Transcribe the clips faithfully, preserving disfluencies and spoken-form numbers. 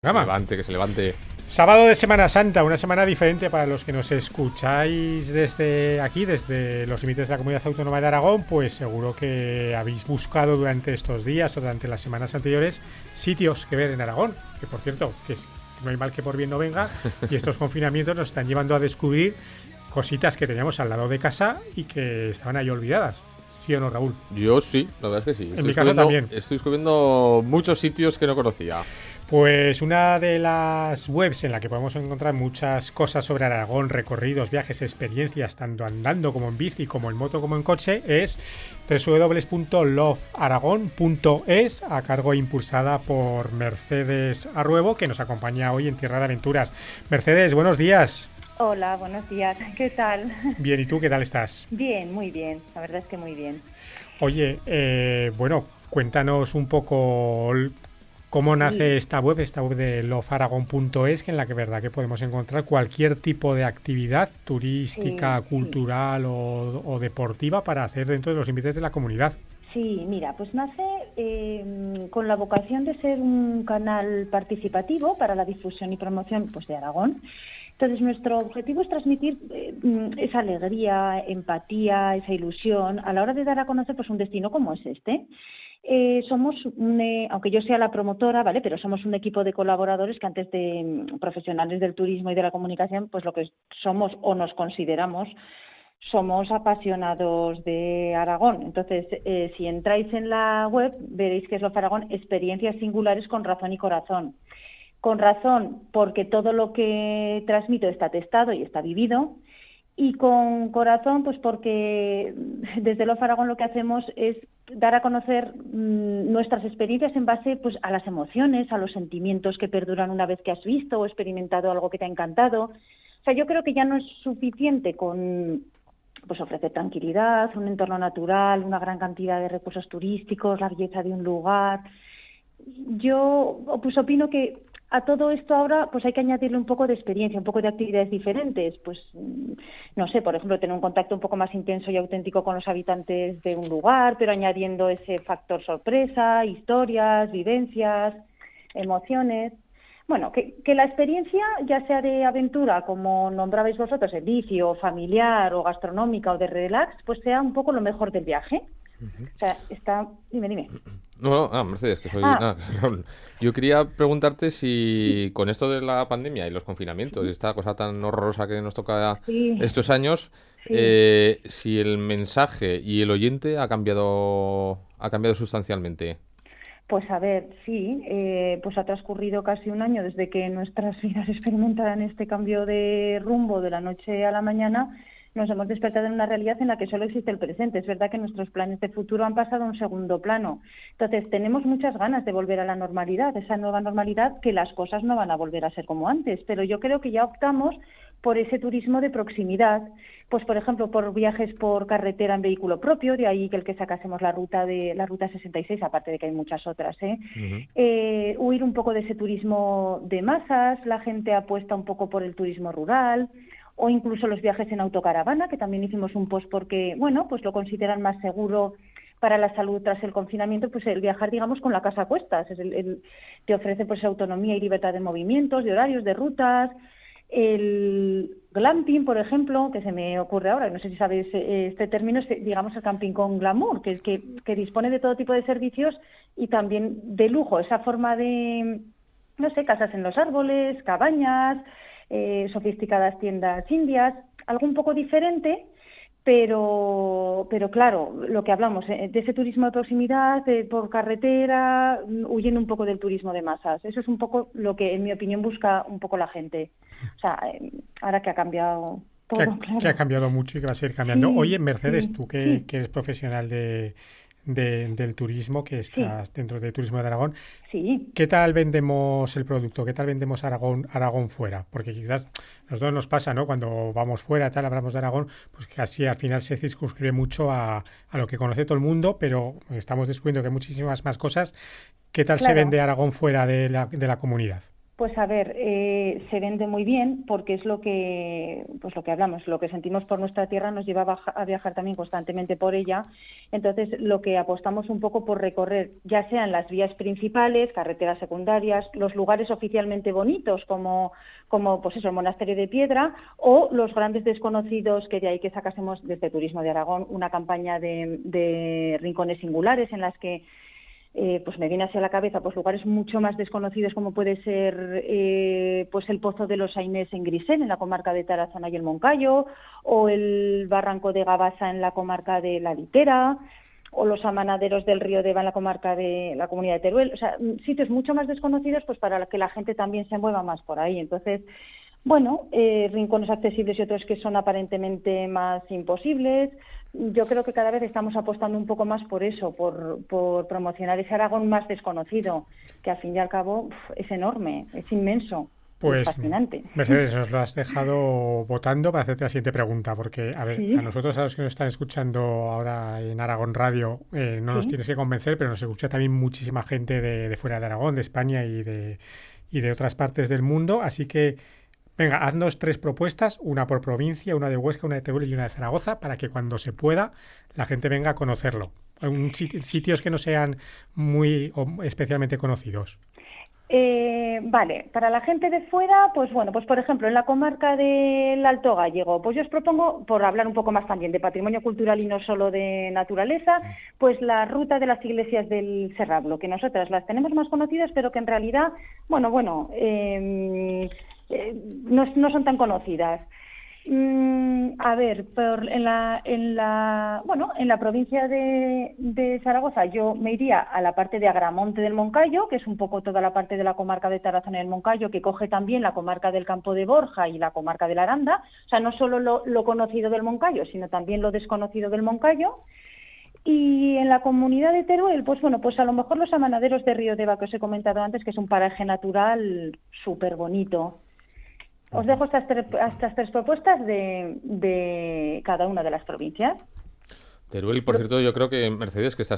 Se Gama. levante, que se levante. Sábado de Semana Santa, una semana diferente para los que nos escucháis desde aquí, desde los límites de la Comunidad Autónoma de Aragón. Pues seguro que habéis buscado durante estos días o durante las semanas anteriores sitios que ver en Aragón, que por cierto, que es, no hay mal que por bien no venga, y estos confinamientos nos están llevando a descubrir cositas que teníamos al lado de casa y que estaban ahí olvidadas. ¿Sí o no, Raúl? Yo sí, la verdad es que sí. En mi caso también. Estoy descubriendo muchos sitios que no conocía. Pues una de las webs en la que podemos encontrar muchas cosas sobre Aragón, recorridos, viajes, experiencias, tanto andando como en bici, como en moto, como en coche, es doble u doble u doble u punto love aragon punto es, a cargo e impulsada por Mercedes Arruebo, que nos acompaña hoy en Tierra de Aventuras. Mercedes, buenos días. Hola, buenos días. ¿Qué tal? Bien, ¿y tú qué tal estás? Bien, muy bien. La verdad es que muy bien. Oye, eh, bueno, cuéntanos un poco cómo nace esta web, esta web de love aragon punto es, en la que verdad que podemos encontrar cualquier tipo de actividad turística, Sí, cultural sí. o, o deportiva para hacer dentro de los límites de la comunidad. Sí, mira, pues nace eh, con la vocación de ser un canal participativo para la difusión y promoción pues, de Aragón. Entonces, nuestro objetivo es transmitir eh, esa alegría, empatía, esa ilusión a la hora de dar a conocer pues, un destino como es este. Eh, somos, un, eh, aunque yo sea la promotora, ¿vale? Pero somos un equipo de colaboradores que antes de mm, profesionales del turismo y de la comunicación, pues lo que somos o nos consideramos, somos apasionados de Aragón. Entonces, eh, si entráis en la web, veréis que es Love Aragón, experiencias singulares con razón y corazón. Con razón, porque todo lo que transmito está testado y está vivido. Y con corazón, pues porque desde Love Aragón lo que hacemos es dar a conocer mmm, nuestras experiencias en base pues, a las emociones, a los sentimientos que perduran una vez que has visto o experimentado algo que te ha encantado. O sea, yo creo que ya no es suficiente con pues ofrecer tranquilidad, un entorno natural, una gran cantidad de recursos turísticos, la belleza de un lugar. Yo pues opino que a todo esto ahora pues hay que añadirle un poco de experiencia, un poco de actividades diferentes, pues no sé, por ejemplo, tener un contacto un poco más intenso y auténtico con los habitantes de un lugar, pero añadiendo ese factor sorpresa, historias, vivencias, emociones. Bueno, que, que la experiencia, ya sea de aventura, como nombrabais vosotros, en bici o familiar o gastronómica o de relax, pues sea un poco lo mejor del viaje. Uh-huh. O sea, está... Dime, dime. No, no, ah, Mercedes, que soy... Ah. Ah, yo quería preguntarte si con esto de la pandemia y los confinamientos, sí. esta cosa tan horrorosa que nos toca sí. estos años, sí. eh, si el mensaje y el oyente ha cambiado, ha cambiado sustancialmente. Pues a ver, sí, eh, pues ha transcurrido casi un año desde que nuestras vidas experimentaran este cambio de rumbo de la noche a la mañana. Nos hemos despertado en una realidad en la que solo existe el presente. Es verdad que nuestros planes de futuro han pasado a un segundo plano. Entonces, tenemos muchas ganas de volver a la normalidad, esa nueva normalidad que las cosas no van a volver a ser como antes. Pero yo creo que ya optamos por ese turismo de proximidad, pues por ejemplo por viajes por carretera en vehículo propio, de ahí que el que sacásemos la ruta de la ruta sesenta y seis, aparte de que hay muchas otras, ¿eh? Uh-huh. Eh, huir un poco de ese turismo de masas, la gente apuesta un poco por el turismo rural, o incluso los viajes en autocaravana, que también hicimos un post porque, bueno, pues lo consideran más seguro para la salud tras el confinamiento, pues el viajar, digamos, con la casa a cuestas. Es el, el, te ofrece pues autonomía y libertad de movimientos, de horarios, de rutas. El glamping, por ejemplo, que se me ocurre ahora, no sé si sabéis este término, es, digamos, el camping con glamour, que, que, que dispone de todo tipo de servicios y también de lujo, esa forma de, no sé, casas en los árboles, cabañas, eh, sofisticadas tiendas indias, algo un poco diferente, pero pero claro, lo que hablamos, eh, de ese turismo de proximidad, de, por carretera, huyendo un poco del turismo de masas. Eso es un poco lo que, en mi opinión, busca un poco la gente. O sea, eh, ahora que ha cambiado todo, que ha, claro. que ha cambiado mucho y que va a seguir cambiando. Sí, Oye, Mercedes, sí, tú que, sí. que eres profesional de, de, del turismo, que estás sí. dentro del turismo de Aragón, sí. ¿qué tal vendemos el producto? ¿Qué tal vendemos Aragón, Aragón fuera? Porque quizás a nosotros nos pasa, ¿no? Cuando vamos fuera, tal, hablamos de Aragón, pues que así al final se circunscribe mucho a, a lo que conoce todo el mundo, pero estamos descubriendo que hay muchísimas más cosas. ¿Qué tal claro. se vende Aragón fuera de la, de la comunidad? Pues a ver, eh, se vende muy bien porque es lo que, pues lo que hablamos, lo que sentimos por nuestra tierra nos lleva a, baja, a viajar también constantemente por ella. Entonces, lo que apostamos un poco por recorrer, ya sean las vías principales, carreteras secundarias, los lugares oficialmente bonitos como, como pues eso, el Monasterio de Piedra, o los grandes desconocidos, que de ahí que sacásemos desde Turismo de Aragón una campaña de, de rincones singulares en las que Eh, pues me viene hacia la cabeza pues lugares mucho más desconocidos como puede ser eh, pues el Pozo de los Ainés en Grisel, en la comarca de Tarazona y el Moncayo, o el Barranco de Gabasa en la comarca de La Litera, o los Amanaderos del Río Deva en la comarca de la Comunidad de Teruel. O sea, sitios mucho más desconocidos pues para que la gente también se mueva más por ahí. Entonces, bueno, eh, rincones accesibles y otros que son aparentemente más imposibles. Yo creo que cada vez estamos apostando un poco más por eso, por, por promocionar ese Aragón más desconocido, que al fin y al cabo uf, es enorme, es inmenso. Pues, es fascinante. Mercedes, nos lo has dejado votando para hacerte la siguiente pregunta, porque, a ver, ¿sí? A nosotros, a los que nos están escuchando ahora en Aragón Radio, eh, no ¿sí? nos tienes que convencer, pero nos escucha también muchísima gente de, de fuera de Aragón, de España y de, y de otras partes del mundo, así que venga, haznos tres propuestas, una por provincia, una de Huesca, una de Teruel y una de Zaragoza, para que cuando se pueda la gente venga a conocerlo. Un sit- sitios que no sean muy o especialmente conocidos. Eh, vale, para la gente de fuera, pues bueno, pues por ejemplo, en la comarca del Alto Gállego, pues yo os propongo, por hablar un poco más también de patrimonio cultural y no solo de naturaleza, pues la ruta de las iglesias del Serrablo, que nosotras las tenemos más conocidas, pero que en realidad, bueno, bueno, eh, eh, no, no son tan conocidas. Mm, a ver, por, en la, en la, bueno, en la provincia de, de Zaragoza yo me iría a la parte de Agramonte del Moncayo, que es un poco toda la parte de la comarca de Tarazona y el Moncayo, que coge también la comarca del Campo de Borja y la comarca de la Aranda, o sea, no solo lo, lo conocido del Moncayo, sino también lo desconocido del Moncayo. Y en la comunidad de Teruel, pues bueno, pues a lo mejor los Amanaderos de Río Deva, que os he comentado antes, que es un paraje natural súper bonito. Os dejo estas, tre estas tres propuestas de, de cada una de las provincias. Teruel, por cierto, yo creo que Mercedes que está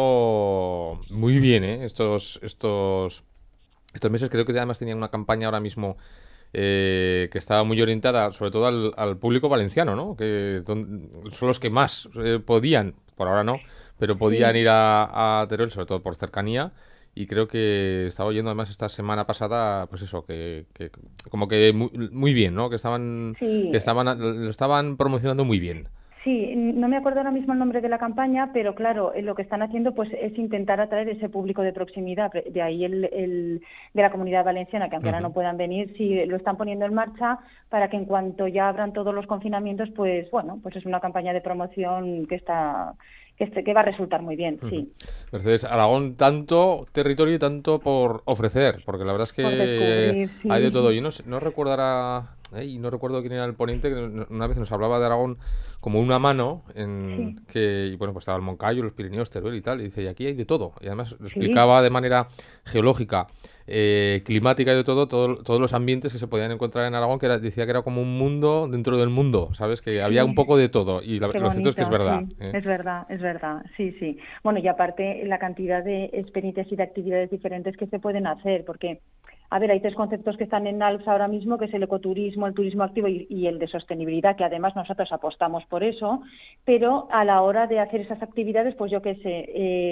salvando muy bien ¿eh? estos, estos, estos meses. Creo que además tenían una campaña ahora mismo eh, que estaba muy orientada sobre todo al, al público valenciano, ¿no? Que son los que más eh, podían, por ahora no, pero podían sí. ir a, a Teruel, sobre todo por cercanía. Y creo que estaba oyendo además esta semana pasada, pues eso, que, que como que muy, muy bien, ¿no? Que estaban, sí. que estaban, lo estaban promocionando muy bien. Sí, no me acuerdo ahora mismo el nombre de la campaña, pero claro, lo que están haciendo pues es intentar atraer ese público de proximidad, de ahí el, el de la Comunidad Valenciana, que aunque uh-huh. ahora no puedan venir, sí lo están poniendo en marcha para que en cuanto ya abran todos los confinamientos, pues bueno, pues es una campaña de promoción que está... Que, este, que va a resultar muy bien, uh-huh. sí. Mercedes, Aragón, tanto territorio y tanto por ofrecer, porque la verdad es que sí. hay de todo. Yo no, no recuerdo ahora, eh, no recuerdo quién era el ponente, que una vez nos hablaba de Aragón como una mano, en sí. que, y bueno, pues estaba el Moncayo, los Pirineos, Teruel y tal, y dice, y aquí hay de todo. Y además lo explicaba sí. de manera geológica, eh, climática y de todo, todo, todos los ambientes que se podían encontrar en Aragón, que era, decía que era como un mundo dentro del mundo, ¿sabes? Que había sí. un poco de todo, y la, lo bonito, cierto es que es verdad. Sí. ¿eh? Es verdad, es verdad, sí, sí. Bueno, y aparte la cantidad de experiencias y de actividades diferentes que se pueden hacer, porque, a ver, hay tres conceptos que están en alza ahora mismo, que es el ecoturismo, el turismo activo y, y el de sostenibilidad, que además nosotros apostamos por eso, pero a la hora de hacer esas actividades, pues yo qué sé,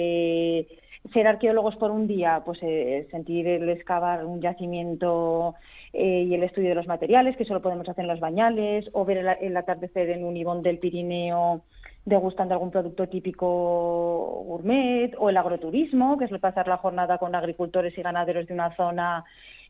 eh, ser arqueólogos por un día, pues eh, sentir el excavar un yacimiento eh, y el estudio de los materiales, que solo podemos hacer en los bañales, o ver el, el atardecer en un ibón del Pirineo degustando algún producto típico gourmet, o el agroturismo, que es pasar la jornada con agricultores y ganaderos de una zona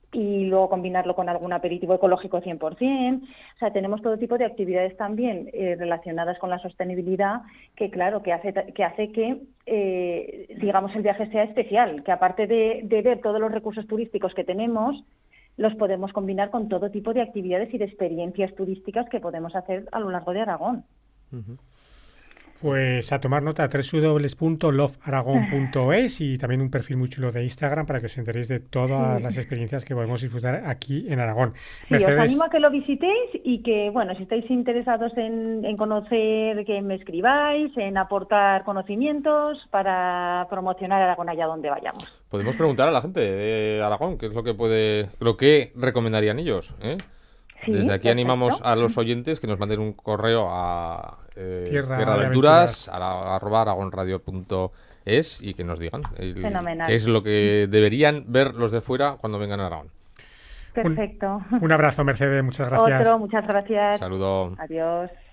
y luego combinarlo con algún aperitivo ecológico cien por ciento. O sea, tenemos todo tipo de actividades también eh, relacionadas con la sostenibilidad que, claro, que hace que, hace que eh, digamos, el viaje sea especial, que aparte de, de ver todos los recursos turísticos que tenemos, los podemos combinar con todo tipo de actividades y de experiencias turísticas que podemos hacer a lo largo de Aragón. Uh-huh. Pues a tomar nota, doble u doble u doble u punto love aragon punto es y también un perfil muy chulo de Instagram para que os enteréis de todas sí. las experiencias que podemos disfrutar aquí en Aragón. Sí, Mercedes... os animo a que lo visitéis y que, bueno, si estáis interesados en, en conocer, que me escribáis, en aportar conocimientos para promocionar Aragón allá donde vayamos. Podemos preguntar a la gente de Aragón qué es lo que puede, lo que recomendarían ellos, ¿eh? Sí, Desde aquí perfecto. Animamos a los oyentes que nos manden un correo a eh, Tierra, Tierra de Aventuras, a, arroba aragonradio punto es y que nos digan el, qué es lo que deberían ver los de fuera cuando vengan a Aragón. Perfecto. Un, un abrazo, Mercedes, muchas gracias. Otro, muchas gracias. Saludo. Adiós.